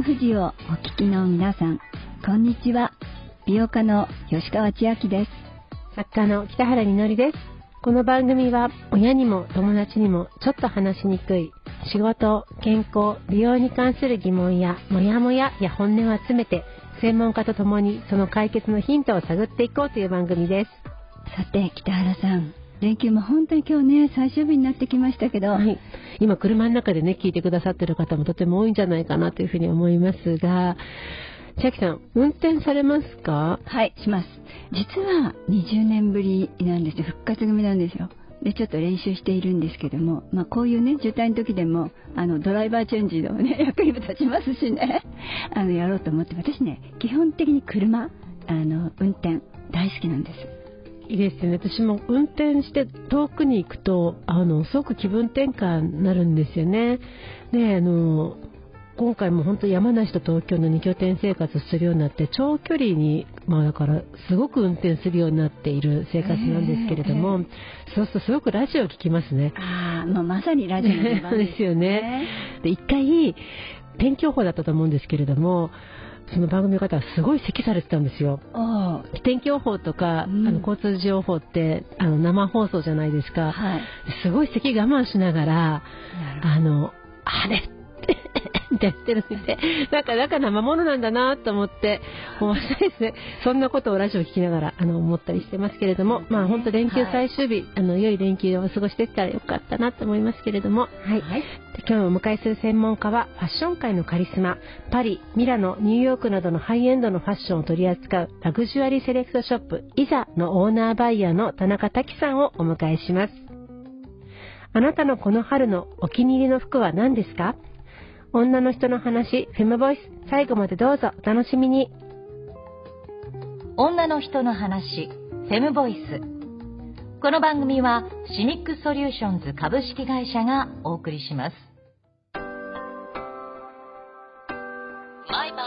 FM 富士をお聞きの皆さん、こんにちは。美容家の吉川千明です。 作家の北原みのりです。この番組は親にも友達にもちょっと話しにくい仕事、健康、美容に関する疑問やモヤモヤや本音を集めて、専門家とともにその解決のヒントを探っていこうという番組です。 さて北原さん、連休も本当に今日ね最終日になってきましたけど、 はい、今車の中でね聞いてくださってる方もとても多いんじゃないかなというふうに思いますが、千秋さん運転されますか？ はい、します。実は20年ぶりなんですよ。復活組なんですよ。でちょっと練習しているんですけども、こういうね渋滞の時でもドライバーチェンジのね役にも立ちますしねやろうと思って、私ね基本的に車運転大好きなんです。 いいですよね。私も運転して遠くに行くとすごく気分転換になるんですよね。で今回も本当山梨と東京の2拠点生活をするようになって、長距離にだからすごく運転するようになっている生活なんですけれども、そうするとすごくラジオを聞きますね。 まさにラジオの出番ですよね。で一回天気予報だったと思うんですけれども、その番組の方はすごい咳されてたんですよ。天気予報とか、交通情報って生放送じゃないですか、はい、すごい咳我慢しながらあれってやってるんで、なんか生ものなんだなと思って面白いですね。そんなことをラジオを聞きながら思ったりしてますけれども、本当連休最終日、良い連休を過ごしてきたらよかったなと思いますけれども、はい、で今日お迎えする専門家はファッション界のカリスマ、パリ、ミラノ、ニューヨークなどのハイエンドのファッションを取り扱うラグジュアリーセレクトショップイザのオーナーバイヤーの田中滝さんをお迎えします。あなたのこの春のお気に入りの服は何ですか？女の人の話、フェムボイス、最後までどうぞお楽しみに。 女の人の話、フェムボイス。この番組はシニックソリューションズ株式会社がお送りします。My body,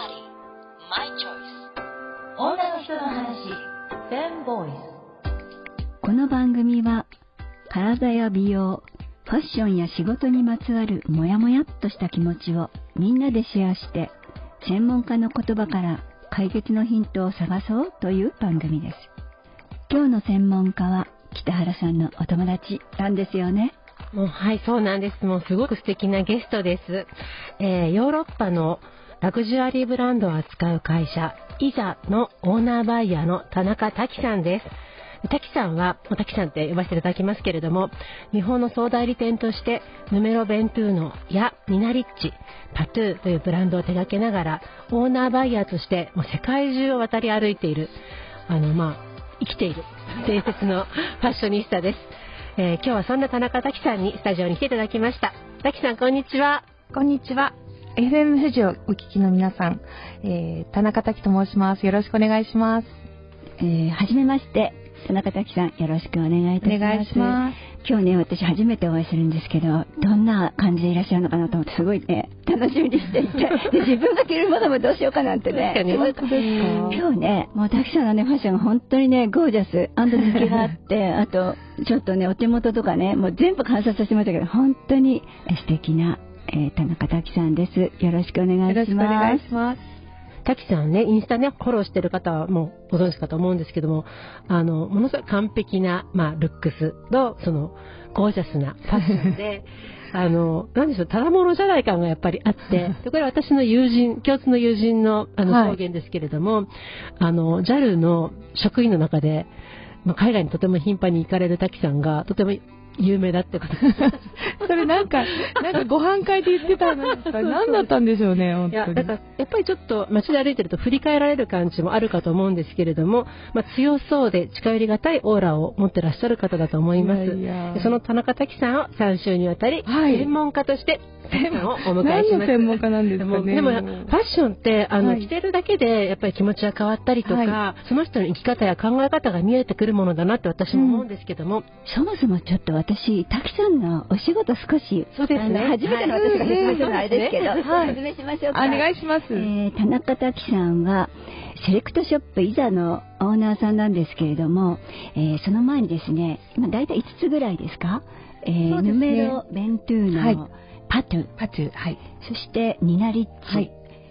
my choice。女の人の話、フェムボイス。 この番組は体や美容、ファッションや仕事にまつわるモヤモヤっとした気持ちをみんなでシェアして、専門家の言葉から解決のヒントを探そうという番組です。今日の専門家は北原さんのお友達なんですよね。 はい、そうなんです。もうすごく素敵なゲストです。ヨーロッパのラグジュアリーブランドを扱う会社イザのオーナーバイヤーの田中滝さんです。滝さんは、滝さんって呼ばせていただきますけれども、日本の総代理店としてヌメロベントゥーノやミナリッチ、パトゥーというブランドを手掛けながら、オーナーバイヤーとしてもう世界中を渡り歩いている生きている伝説のファッショニスタです。今日はそんな田中滝さんにスタジオに来ていただきました。滝さん、こんにちは。 こんにちは。FM 富士をお聞きの皆さん、田中滝と申します。よろしくお願いします。 はじめまして、田中滝さん、よろしくお願いいたします。 お願いします。 今日ね、私初めてお会いするんですけど、どんな感じでいらっしゃるのかなと思って、すごいね楽しみにしていて、で自分が着るものもどうしようかなんてね。 本当ですか？ 今日ね、もう滝さんのねファッションが本当にねゴージャス、人気があってあとちょっとねお手元とかね、もう全部観察させてもらったけど、本当に素敵な、田中滝さんです。よろしくお願いします。 よろしくお願いします。 滝さんね、インスタね、フォローしてる方はもうご存知かと思うんですけども、ものすごい完璧な、ルックスと、その、ゴージャスなファッションで、なんでしょう、ただものじゃない感がやっぱりあって、でこれは私の共通の友人の、証言ですけれども、JAL の職員の中で、海外にとても頻繁に行かれる滝さんが、とても有名だってことそれなんかご飯会で言ってたんですか？何だったんでしょうね、本当に。 いや、だからやっぱりちょっと街で歩いてると振り返られる感じもあるかと思うんですけれども、強そうで近寄りがたいオーラを持ってらっしゃる方だと思います。その田中滝さんを3週にわたり、専門家として滝さんをお迎えします。 何の専門家なんですかね。 でもファッションって着てるだけでやっぱり気持ちが変わったりとか、その人の生き方や考え方が見えてくるものだなって私も思うんですけども、 そもそもちょっと私滝さんのお仕事少し、 そうですね、 初めての私が説明するのはあれですけど、説明しましょうか。 お願いします。 田中滝さんはセレクトショップイザのオーナーさんなんですけれども、その前にですね、今大体5つぐらいですか、ヌメロベントゥーノ、パトゥ、 はい、 そしてニナリッチ、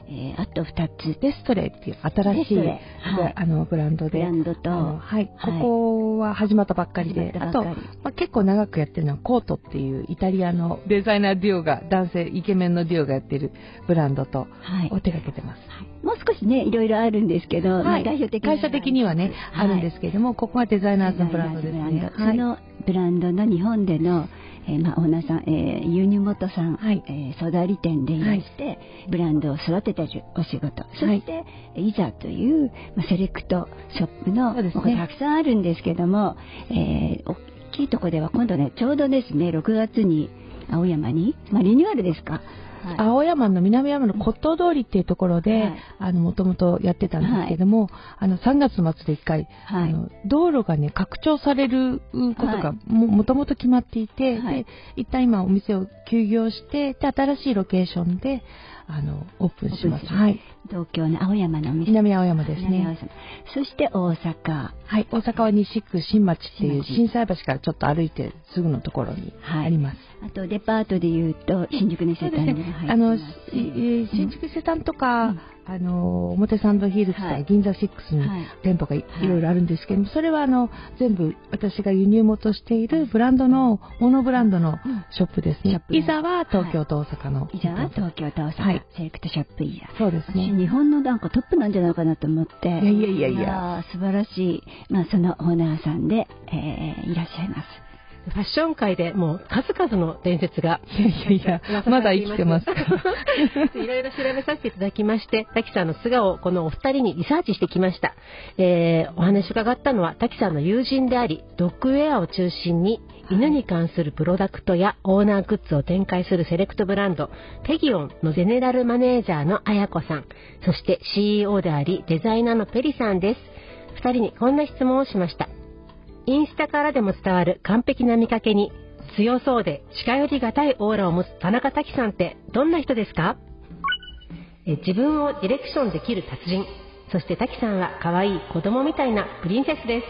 あと2つ。 レストレっていう新しい、ブランドで。 ブランドと、 はい。ここは始まったばっかりで、あと、結構長くやってるのはコートっていうイタリアのデザイナーデュオが、男性イケメンのデュオがやってるブランドと、を手掛けてます。 もう少しね、いろいろあるんですけど、代表的会社的にはね、あるんですけれども、ここはデザイナーズのブランドですね。 そのブランドの日本でのオーナーさん、輸入元さん、総代理店でいらして、ブランドを育てているお仕事、そして、いざという、セレクトショップの、たくさんあるんですけども、大きいところでは今度ね、ちょうどですね、6月に青山に、リニューアルですか、 青山の南山の骨董通りっていうところで、もともとやってたんですけども、3月末で1回、道路がね、拡張されることがもともと決まっていて、で、一旦今お店を休業して、で、新しいロケーションで、オープンします。 東京の青山のお店。 南青山ですね。 そして大阪。 はい、大阪は西区新町っていう心斎橋からちょっと歩いてすぐのところにあります。 あとデパートでいうと新宿の伊勢丹に入ってます。 新宿伊勢丹とか、表参道ヒールズとか銀座6に店舗がいろいろあるんですけども、それは全部私が輸入元しているブランドのモノブランドのショップですね。イザは東京と大阪の。 イザは東京と大阪。セレクトショップイザ。 そうですね。 日本のなんかトップなんじゃないかなと思って。 いや素晴らしい、そのオーナーさんで、いらっしゃいます。 ファッション界でもう数々の伝説がまだ生きてますいろいろ調べさせていただきまして、滝さんの素顔をこのお二人にリサーチしてきました。お話伺ったのは滝さんの友人であり、ドッグウェアを中心に犬に関するプロダクトやオーナーグッズを展開するセレクトブランドテギオンのゼネラルマネージャーの綾子さん、そして CEO でありデザイナーのペリさんです。二人にこんな質問をしました。インスタからでも伝わる完璧な見かけに強そうで近寄りがたいオーラを持つ田中滝さんってどんな人ですか？自分をディレクションできる達人、そして滝さんは可愛い子供みたいなプリンセスです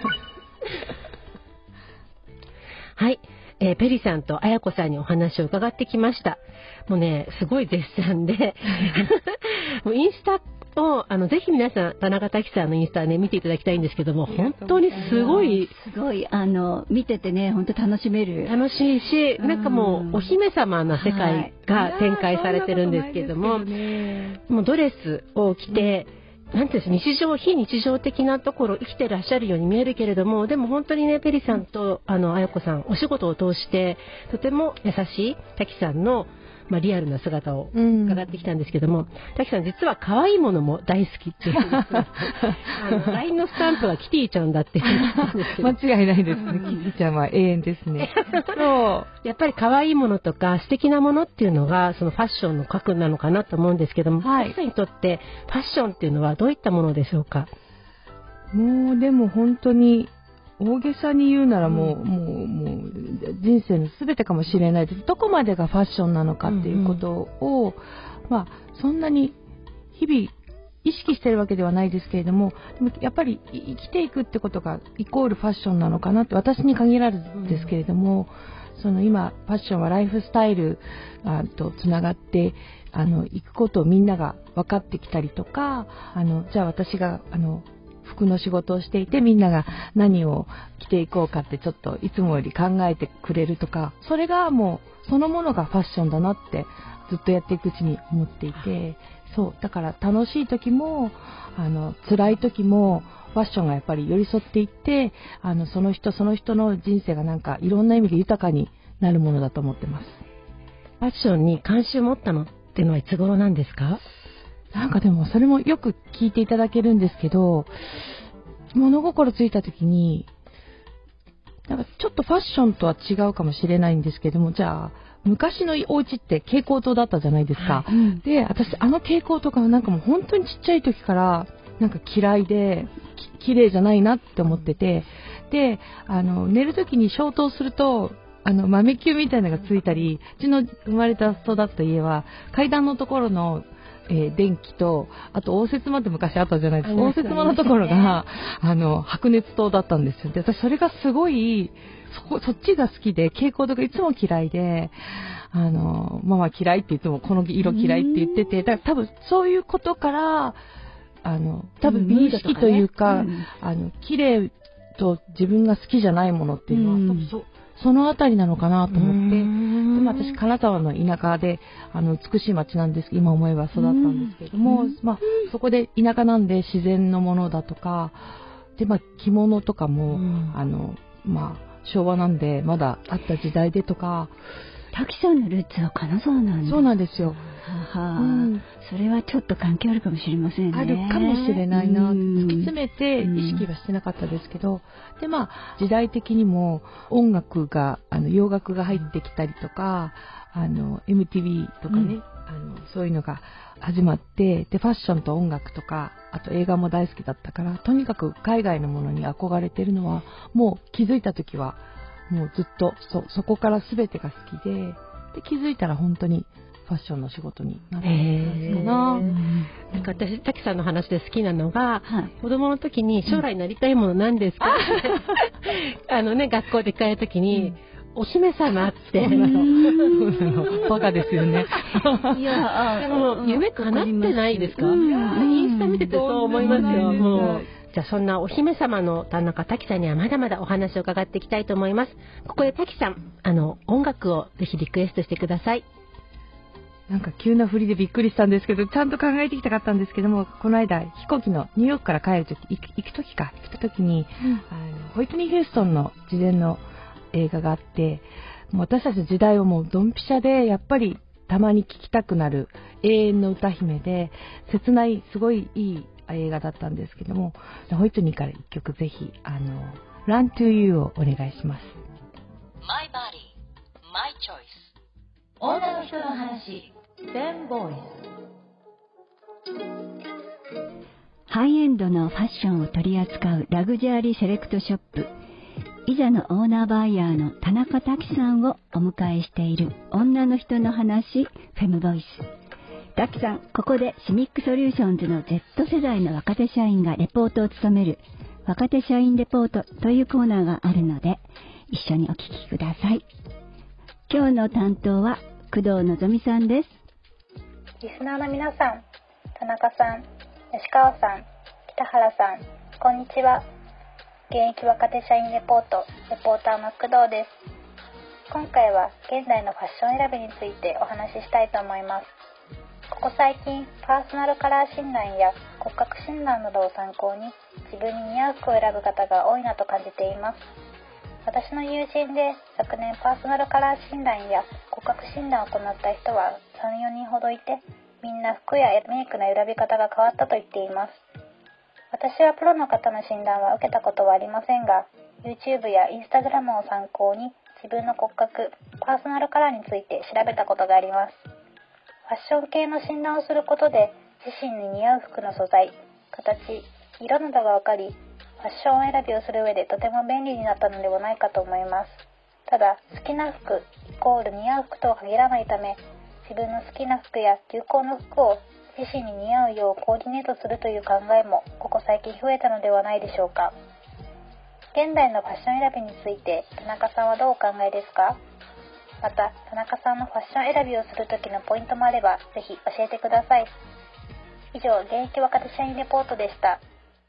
はい、ペリさんと綾子さんにお話を伺ってきました。もうね、すごい絶賛でもうインスタをぜひ皆さん田中滝さんのインスタね見ていただきたいんですけども、本当にすごい見ててね、本当楽しいし、なんかもうお姫様な世界が展開されてるんですけども、もうドレスを着て、なんていうんですか、非日常的なところを生きてらっしゃるように見えるけれども、でも本当にね、ペリさんと綾子さんお仕事を通してとても優しい滝さんのリアルな姿を伺ってきたんですけども、滝さん実は可愛いものも大好きっていうLINE のスタンプはキティちゃんだっていう間違いないですね。キティちゃんは永遠ですねそうやっぱり可愛いものとか素敵なものっていうのがそのファッションの核なのかなと思うんですけども、滝さんにとってファッションっていうのはどういったものでしょうか？ もうでも本当に大げさに言うならもう人生の全てかもしれないです。どこまでがファッションなのかっていうことを、そんなに日々意識してるわけではないですけれども、でもやっぱり生きていくってことがイコールファッションなのかなって私に限らずですけれども、その今ファッションはライフスタイルとつながっていくことをみんなが分かってきたりとか、じゃあ私が服の仕事をしていてみんなが何を着ていこうかってちょっといつもより考えてくれるとか、それがもうそのものがファッションだなってずっとやっていくうちに思っていて、そうだから楽しい時も辛い時もファッションがやっぱり寄り添っていってその人の人生がなんかいろんな意味で豊かになるものだと思ってます。 ファッションに関心を持ったのっていうのはいつ頃なんですか？ なんかでもそれもよく聞いていただけるんですけど、物心ついた時になんかちょっとファッションとは違うかもしれないんですけども、じゃあ昔のお家って蛍光灯だったじゃないですか、で私蛍光灯がなんかもう本当にちっちゃい時からなんか嫌いで綺麗じゃないなって思ってて、で寝る時に消灯すると豆球みたいなのがついたり、うちの生まれた育った家は階段のところの電気と、あと応接間って昔あったじゃないですか。応接間のところが、白熱灯だったんですよ。で、私それがすごい、そっちが好きで、蛍光灯がいつも嫌いで、ママ嫌いって言ってもこの色嫌いって言ってて、だから多分そういうことから、多分美意識というか、綺麗と自分が好きじゃないものっていうのは、そのあたりなのかなと思って、でも私、金沢の田舎で、美しい町なんですけど、今思えば育ったんですけれども、そこで田舎なんで自然のものだとか、で、着物とかも、昭和なんで、まだあった時代でとか。 滝さんのルーツは金沢なんです。 そうなんですよ。 それはちょっと関係あるかもしれませんね。 あるかもしれないな。突き詰めて意識はしてなかったですけど、で、時代的にも音楽が、洋楽が入ってきたりとか、MTV とかね、そういうのが始まって、で、ファッションと音楽とか、あと映画も大好きだったから、とにかく海外のものに憧れてるのは、もう気づいた時は、もうずっとそこから全てが好きで、で気づいたら本当にファッションの仕事になったんかな。 なんか私、滝さんの話で好きなのが、子供の時に将来なりたいもの何ですかって学校で聞かれた時に、お姫様って。 バカですよね。 いや、でも夢叶ってないですか？インスタ見ててそう思いますよ。もう。じゃあそんなお姫様の田中滝さんにはまだまだお話を伺っていきたいと思います。ここで滝さん、音楽をぜひリクエストしてください。 なんか急な振りでびっくりしたんですけど、ちゃんと考えてきたかったんですけども、この間飛行機のニューヨークから帰るとき、行った時に、ホイットニー・ヒューストンの自伝の映画があって、もう私たちの時代をもうドンピシャで、やっぱりたまに聴きたくなる永遠の歌姫で、切ないすごいいい映画だったんですけども、ホイットニーから一曲ぜひRun to You をお願いします。 My body, my choice。 女の人の話、Fem Boys。 ハイエンドのファッションを取り扱うラグジュアリーセレクトショップイザのオーナーバイヤーの田中滝さんをお迎えしている女の人の話、フェムボイス。滝さん、ここでシミックソリューションズの Z 世代の若手社員がレポートを務める若手社員レポートというコーナーがあるので、一緒にお聞きください。今日の担当は工藤のぞみさんです。 リスナーの皆さん、田中さん、吉川さん、北原さん、こんにちは。現役若手社員レポート、レポーターの工藤です。今回は現代のファッション選びについてお話ししたいと思います。ここ最近、パーソナルカラー診断や骨格診断などを参考に自分に似合う服を選ぶ方が多いなと感じています。私の友人で昨年パーソナルカラー診断や骨格診断を行った人は 3,4 人ほどいて、みんな服やメイクの選び方が変わったと言っています。私はプロの方の診断は受けたことはありませんが、 YouTube や Instagram を参考に自分の骨格、パーソナルカラーについて調べたことがあります。ファッション系の診断をすることで自身に似合う服の素材、形、色などが分かり、ファッション選びをする上でとても便利になったのではないかと思います。ただ、好きな服イコール似合う服とは限らないため、自分の好きな服や流行の服を自身に似合うようコーディネートするという考えもここ最近増えたのではないでしょうか。現代のファッション選びについて田中さんはどうお考えですか？また、田中さんのファッション選びをするときのポイントもあればぜひ教えてください。以上、現役若手社員レポートでした。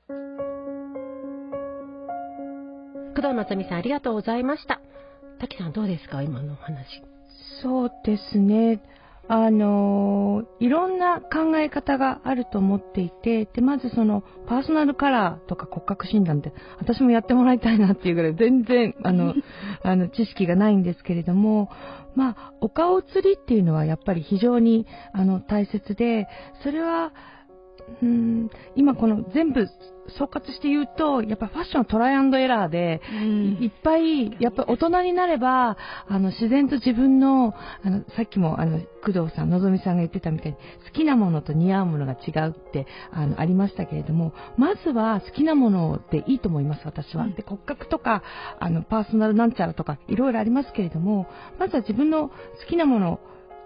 工藤夏美さん、ありがとうございました。滝さん、どうですか、今のお話。 そうですね。いろんな考え方があると思っていて、で、まずそのパーソナルカラーとか骨格診断って私もやってもらいたいなっていうぐらい全然知識がないんですけれども、お顔写りっていうのはやっぱり非常に大切で、それは今この全部総括して言うと、やっぱファッションはトライアンドエラーで、いっぱいやっぱり大人になれば自然と自分のさっきも工藤さん、のぞみさんが言ってたみたいに好きなものと似合うものが違うってありましたけれども、まずは好きなものでいいと思います、私は。で、骨格とかパーソナルなんちゃらとかいろいろありますけれども、まずは自分の好きなもの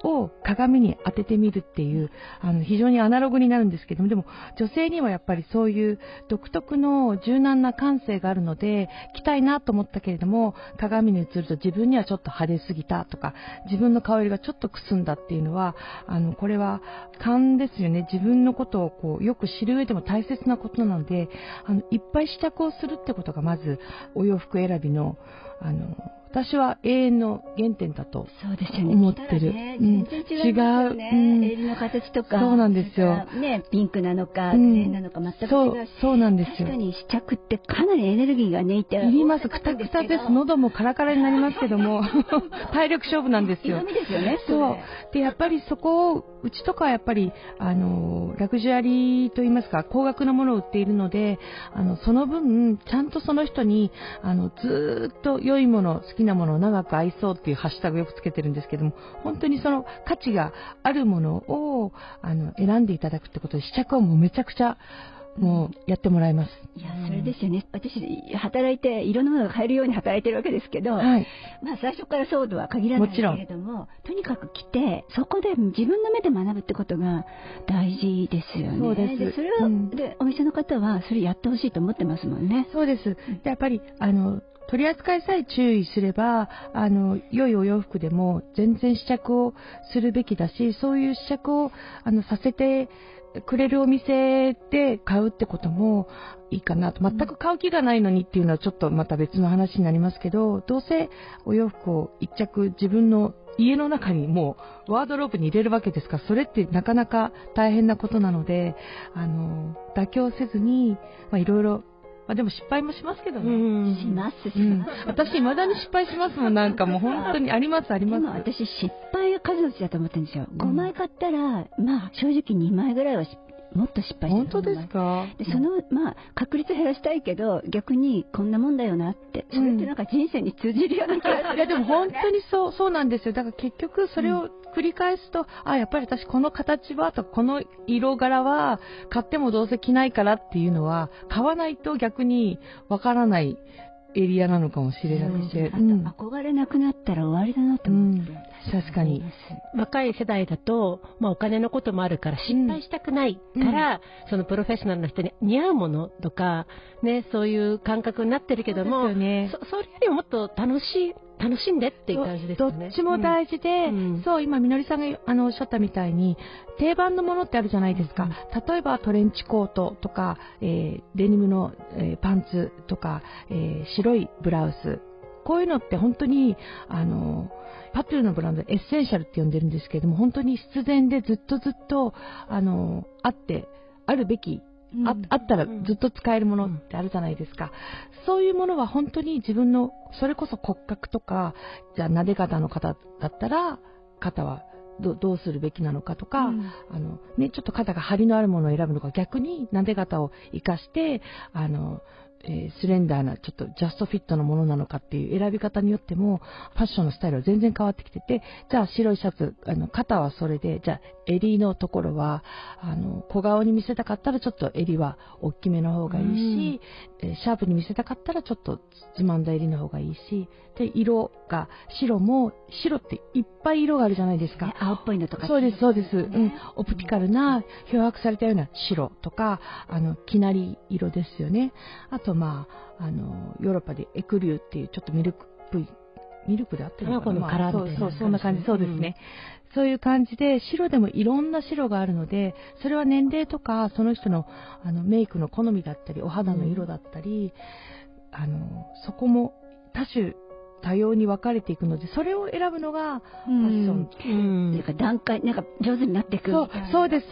を鏡に当ててみるっていう非常にアナログになるんですけども、でも女性にはやっぱりそういう独特の柔軟な感性があるので着たいなと思ったけれども、鏡に映ると自分にはちょっと派手すぎたとか、自分の顔色がちょっとくすんだっていうのはこれは勘ですよね。自分のことをこうよく知る上でも大切なことなので、いっぱい試着をするってことがまずお洋服選びの私は永遠の原点だと思ってる。 全然違いますよね。襟の形とか。 そうなんですよ。 ね、ピンクなのか、グレーなのか全く違うし。 そうなんですよ。 確かに試着ってかなりエネルギーがね、いります。くたくたです。喉もカラカラになりますけども、体力勝負なんですよ。 強みですよね。 そう。で、やっぱりそこを、うちとかはやっぱり、ラグジュアリーといいますか、高額なものを売っているので、その分、ちゃんとその人に、ずーっと良いもの、好きなものを長く愛そうっていうハッシュタグをよくつけてるんですけども、本当にその価値があるものを、選んでいただくってことで、試着はもうめちゃくちゃ、もうやってもらいます。 いや、それですよね。私、働いて、いろんなものが買えるように働いてるわけですけど、はい、まあ最初からそうとは限らないけれども、とにかく来て、そこで自分の目で学ぶってことが大事ですよね。 そうです。 でそれを、で、お店の方はそれやってほしいと思ってますもんね。 そうです。でやっぱり、取り扱いさえ注意すれば、良いお洋服でも全然試着をするべきだし、そういう試着を、させてくれるお店で買うってこともいいかなと。全く買う気がないのにっていうのはちょっとまた別の話になりますけど、どうせお洋服を一着自分の家の中にもうワードローブに入れるわけですから、それってなかなか大変なことなので、妥協せずに、いろいろ、でも失敗もしますけどね。 します。 私、未だに失敗しますもん。なんかもう本当にあります、あります。 でも私、失敗は数々だと思ってるんですよ。5枚買ったら、まあ、正直2枚ぐらいはもっと失敗してる。 本当ですか？ で、まあ、確率減らしたいけど、逆にこんなもんだよなって。それってなんか人生に通じるような気がする。 いや、でも本当にそうなんですよ。だから結局それを繰り返すと、やっぱり私この形はとかこの色柄は買ってもどうせ着ないからっていうのは、買わないと逆にわからないエリアなのかもしれなくて、 憧れなくなったら終わりだなと思って、 確かに若い世代だと、お金のこともあるから失敗したくないから、そのプロフェッショナルの人に似合うものとか、ね、そういう感覚になってるけども、それよりももっと楽しんでっていう感じですよね。 どっちも大事で、そう、今みのりさんがおっしゃったみたいに定番のものってあるじゃないですか。例えばトレンチコートとか、デニムの、パンツとか、白いブラウス、こういうのって本当にパトゥーのブランドエッセンシャルって呼んでるんですけれども、本当に必然でずっとあってあるべき、あったらずっと使えるものってあるじゃないですか。そういうものは本当に自分の、それこそ骨格とか、じゃあ撫で方の方だったら肩はどうするべきなのかとか、ちょっと肩が張りのあるものを選ぶのか、逆に撫で方を生かしてスレンダーなちょっとジャストフィットのものなのかっていう選び方によってもファッションのスタイルは全然変わってきてて、じゃあ白いシャツ、肩はそれで、じゃあ襟のところは小顔に見せたかったらちょっと襟は大きめの方がいいし、シャープに見せたかったらちょっとつまんだ襟の方がいいし、で色が白っていっぱい色があるじゃないですか。 青っぽいのとか。 そうです。オプティカルな漂白されたような白とかきなり色ですよね。あとヨーロッパでエクリューっていうちょっとミルクであってるのかな、そんな感じ、そうですね。そういう感じで白でもいろんな白があるので、それは年齢とかその人のメイクの好みだったりお肌の色だったり、そこも多種多様に分かれていくので、それを選ぶのがファッション。 なんか段階、なんか上手になっていく。 そうです。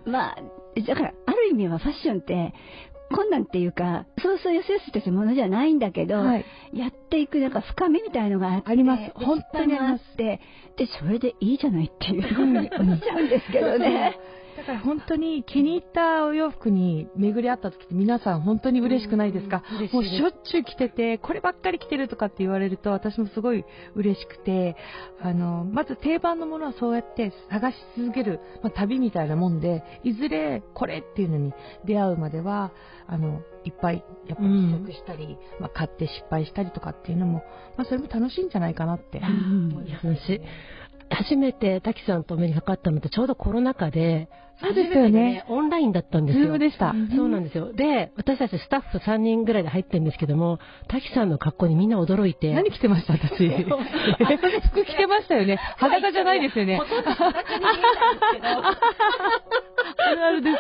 まあ、だから、ある意味はファッションって、困難っていうか、そうよそよそとしたものじゃないんだけど、やっていくなんか深みみたいのがあります。本当にあって、で、それでいいじゃないっていうふうに思っちゃうんですけどね。 だから本当に気に入ったお洋服に巡り合った時って皆さん本当に嬉しくないですか？もうしょっちゅう着てて、こればっかり着てるとかって言われると私もすごい嬉しくて、まず定番のものはそうやって探し続ける、旅みたいなもんで、いずれこれっていうのに出会うまではいっぱいやっぱり試着したり、買って失敗したりとかっていうのも、それも楽しいんじゃないかなって思います。 初めて滝さんとお目にかかったのってちょうどコロナ禍で、 そうですよね。 オンラインだったんですよ。 ズームでした。 そうなんですよ。で、私たちスタッフ3人ぐらいで入ってるんですけども、滝さんの格好にみんな驚いて。 何着てました私。服着てましたよね。裸じゃないですよね。あるあるです。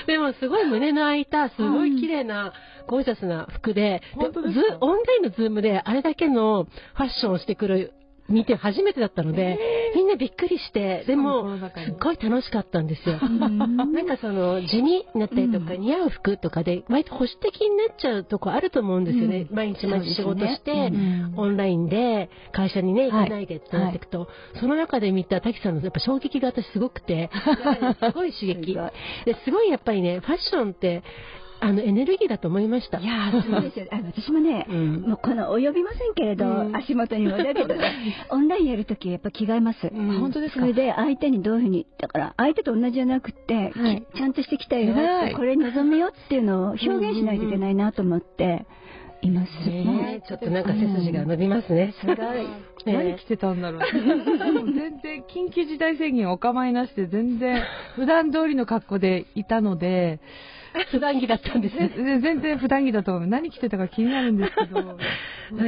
でもすごい胸の開いた、すごい綺麗な、ゴージャスな服で、オンラインのズームであれだけのファッションをしてくる見て初めてだったので、みんなびっくりして、でもすっごい楽しかったんですよ。なんかその地味になったりとか、似合う服とかで割と保守的になっちゃうとこあると思うんですよね。毎日仕事して、オンラインで会社にね行かないでってなっていくと、その中で見た滝さんのやっぱ衝撃が私すごくて、すごい刺激ですごいやっぱりね、ファッションってエネルギーだと思いました。 いやそうですよ。私もね、もうこの及びませんけれど、足元にもだけどね、オンラインやるときやっぱ着替えます。 本当ですか。 それで相手にどういうふうに、だから相手と同じじゃなくて、ちゃんとしてきたよって、これに臨むよっていうのを表現しないといけないなと思っていますね。 ちょっとなんか背筋が伸びますね。 すごい。 何着てたんだろう。全然緊急事態宣言お構いなしで全然普段通りの格好でいたので、 普段着だったんですね。 全然普段着だと思う。何着てたか気になるんですけど。はい。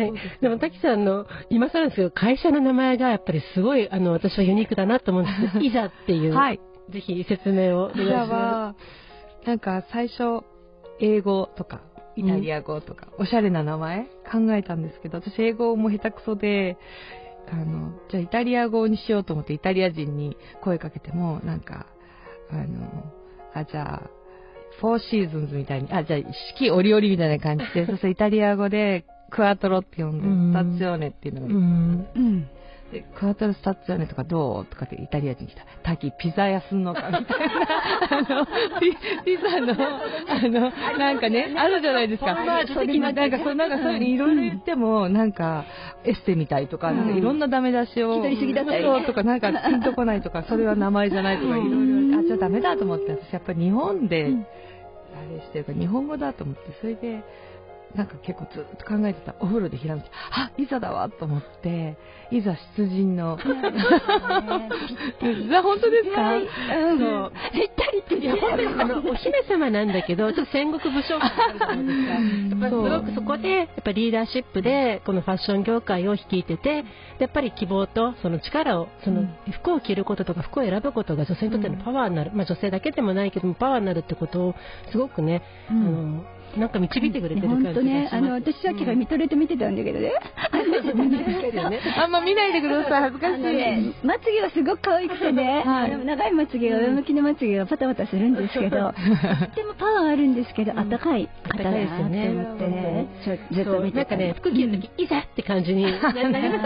でも滝さんの今更ですけど、会社の名前がやっぱりすごい私はユニークだなと思うんですけど、いざっていう。はい。ぜひ説明をお願いします。いざはなんか最初英語とかイタリア語とか、おしゃれな名前考えたんですけど、私英語も下手くそで。じゃあイタリア語にしようと思ってイタリア人に声かけてもなんかじゃあフォーシーズンズみたいに、じゃあ四季折々みたいな感じで、そうイタリア語でクワトロって呼んで、スタッツィオーネっていうのがで、クワトロスタッツィオーネとかどうとかってイタリア人来た。滝ピザ屋すんのかみたいな。ピザの、なんかね、あるじゃないですか。なんかそういういろいろ言っても、なんか、エステみたいとか、なんかいろんなダメ出しを。 一人過ぎだったり。 そうとか、なんかピンとこないとか、それは名前じゃないとか、いろいろ、じゃあダメだと思って、私やっぱり日本で、あれしてるから日本語だと思って、それで、なんか結構ずっと考えてた。お風呂でひらめいて、いざだわと思って、いざ出陣の。本当ですか？ そう。ぴったりって、お姫様なんだけど、ちょっと戦国武将感があるじゃないですか。やっぱりすごくそこで、やっぱリーダーシップで、このファッション業界を率いてて、やっぱり希望とその力を、その服を着ることとか服を選ぶことが女性にとってのパワーになる。まあ女性だけでもないけども、パワーになるってことを、すごくね、なんか導いてくれてる感じがします。 私さっきから見とれて見てたんだけどね。 あんま見ないでください。恥ずかしい。 まつげはすごく可愛くてね、長いまつげが上向きのまつげがパタパタするんですけど、とってもパワーあるんですけど、温かい方だなって思ってね。ずっと見てた。 なんかね、服着るときいざって感じになります。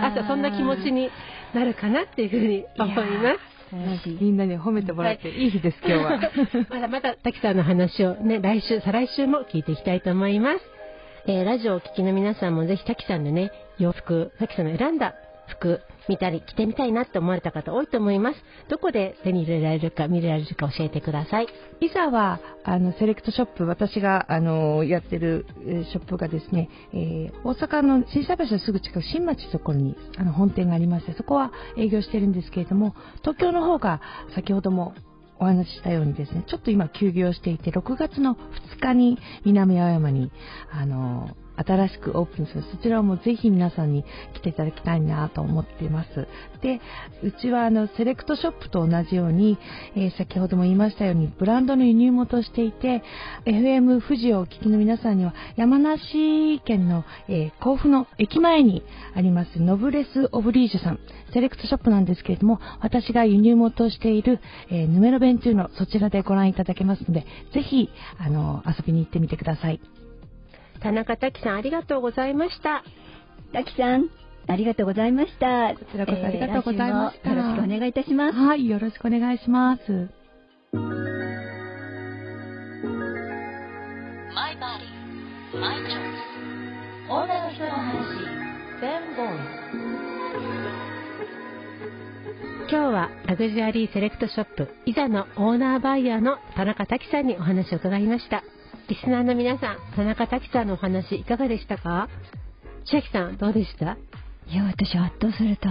朝そんな気持ちになるかなっていうふうに思います。 みんなに褒めてもらっていい日です、今日は。 まだまだ滝さんの話をね、来週、再来週も聞いていきたいと思います。ラジオをお聞きの皆さんもぜひ滝さんのね、洋服、滝さんの選んだ服見たり着てみたいなって思われた方多いと思います。どこで手に入れられるか見られるか教えてください。 いざはセレクトショップ、私がやってるショップがですね、大阪の心斎橋のすぐ近く新町のところに本店がありまして、そこは営業してるんですけれども、東京の方が先ほどもお話ししたようにですね、ちょっと今休業していて、6月の2日に南青山に新しくオープンする、そちらをもうぜひ皆さんに来ていただきたいなと思っています。で、うちはセレクトショップと同じように、先ほども言いましたようにブランドの輸入元をしていて、 FM 富士をお聞きの皆さんには山梨県の、甲府の駅前にありますノブレスオブリージュさん、セレクトショップなんですけれども、私が輸入元をしている、ヌメロ弁というのをそちらでご覧いただけますので、ぜひ遊びに行ってみてください。 田中滝さん、ありがとうございました。 滝さん、ありがとうございました。 こちらこそありがとうございました。 よろしくお願いいたします。 はい、よろしくお願いします。 My body, my choice. 女の人の話、Fem Voice。 今日はラグジュアリーセレクトショップいざのオーナーバイヤーの田中滝さんにお話を伺いました。リスナーの皆さん、田中滝さんのお話いかがでしたか？千秋さん、どうでした？ いや、私圧倒された。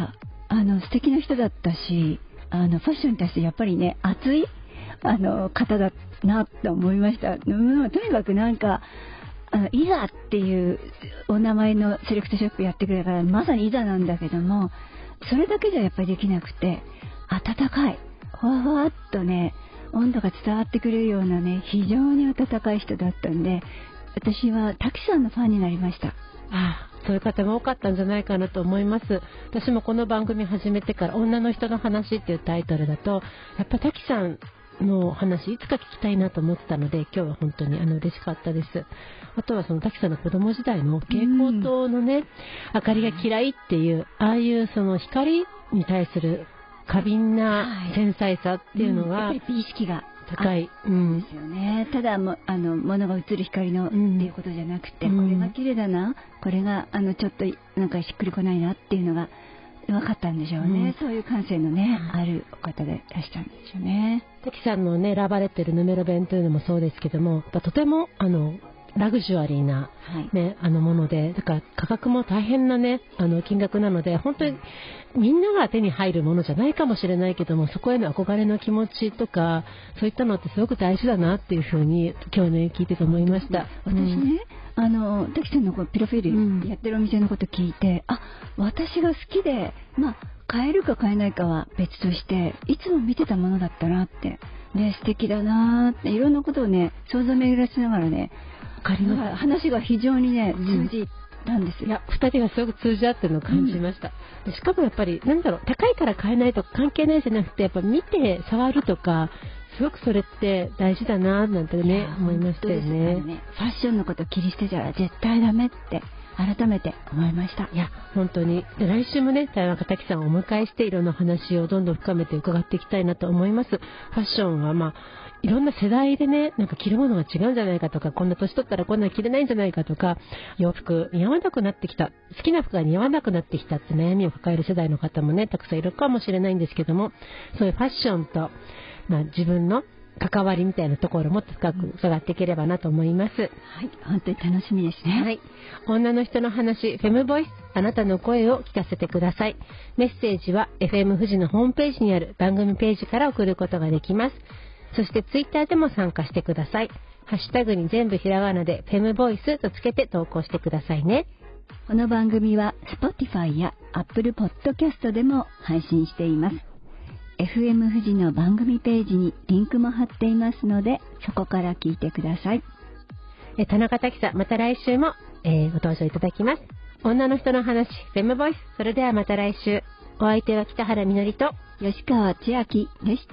素敵な人だったし、ファッションに対してやっぱりね、熱い方だなと思いました。とにかくなんかイザっていうお名前のセレクトショップやってくれたから、まさにイザなんだけども、それだけじゃやっぱりできなくて、温かい、ふわふわっとね、温度が伝わってくれるようなね、非常に温かい人だったんで、私は滝さんのファンになりました。 そういう方も多かったんじゃないかなと思います。私もこの番組始めてから、女の人の話っていうタイトルだと、やっぱ滝さんの話いつか聞きたいなと思ってたので、今日は本当に嬉しかったです。あとはその滝さんの子供時代の蛍光灯のね、明かりが嫌いっていう、ああいうその光に対する過敏な繊細さっていうのが、 やっぱり美意識が高いですよね。ただ物が映る光のっていうことじゃなくて、これが綺麗だな、これがちょっとなんかしっくりこないなっていうのが分かったんでしょうね。そういう感性のね、あるお方でいらしたんでしょうね。 滝さんのね、選ばれてるヌメロ弁というのもそうですけども、とてもラグジュアリーな、ね、もので、だから価格も大変なね、金額なので、本当にみんなが手に入るものじゃないかもしれないけども、そこへの憧れの気持ちとか、そういったのってすごく大事だなっていうふうに今日ね、聞いてて思いました。 私ね、滝さんのプロフィールやってるお店のこと聞いて、私が好きで、買えるか買えないかは別として、いつも見てたものだったなって、ね、素敵だなって、いろんなことをね、想像巡らしながらね、話が非常にね、通じたんですよ。 いや、2人がすごく通じ合ってるのを感じました。でしかもやっぱり、高いから買えないとか関係ないじゃなくて、やっぱ見て触るとか、すごくそれって大事だななんてね、思いましたよね。 ファッションのことを切り捨てたら絶対ダメって改めて思いました。 いや、本当に。で、来週もね、台湾か滝さんをお迎えして、いろんな話をどんどん深めて伺っていきたいなと思います。ファッションはいろんな世代でね、なんか着るものが違うんじゃないかとか、こんな年取ったらこんな着れないんじゃないかとか、洋服似合わなくなってきた、好きな服が似合わなくなってきたって悩みを抱える世代の方もね、たくさんいるかもしれないんですけども、そういうファッションと、自分の関わりみたいなところもっと深く伺っていければなと思います。 はい、本当に楽しみですね。 はい。女の人の話、フェムボイス、あなたの声を聞かせてください。メッセージは FM 富士のホームページにある番組ページから送ることができます。そしてツイッターでも参加してください。ハッシュタグに全部ひらがなでフェムボイスとつけて投稿してくださいね。 この番組は Spotify や Apple Podcast でも配信しています。FM 富士の番組ページにリンクも貼っていますので、そこから聞いてください。 田中滝さん、また来週も、ご登場いただきます。女の人の話、フェムボイス。それではまた来週。お相手は北原みのりと吉川千秋でした。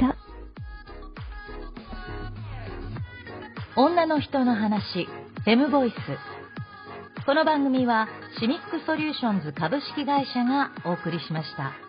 女の人の話、フェムボイス。この番組はシミックソリューションズ株式会社がお送りしました。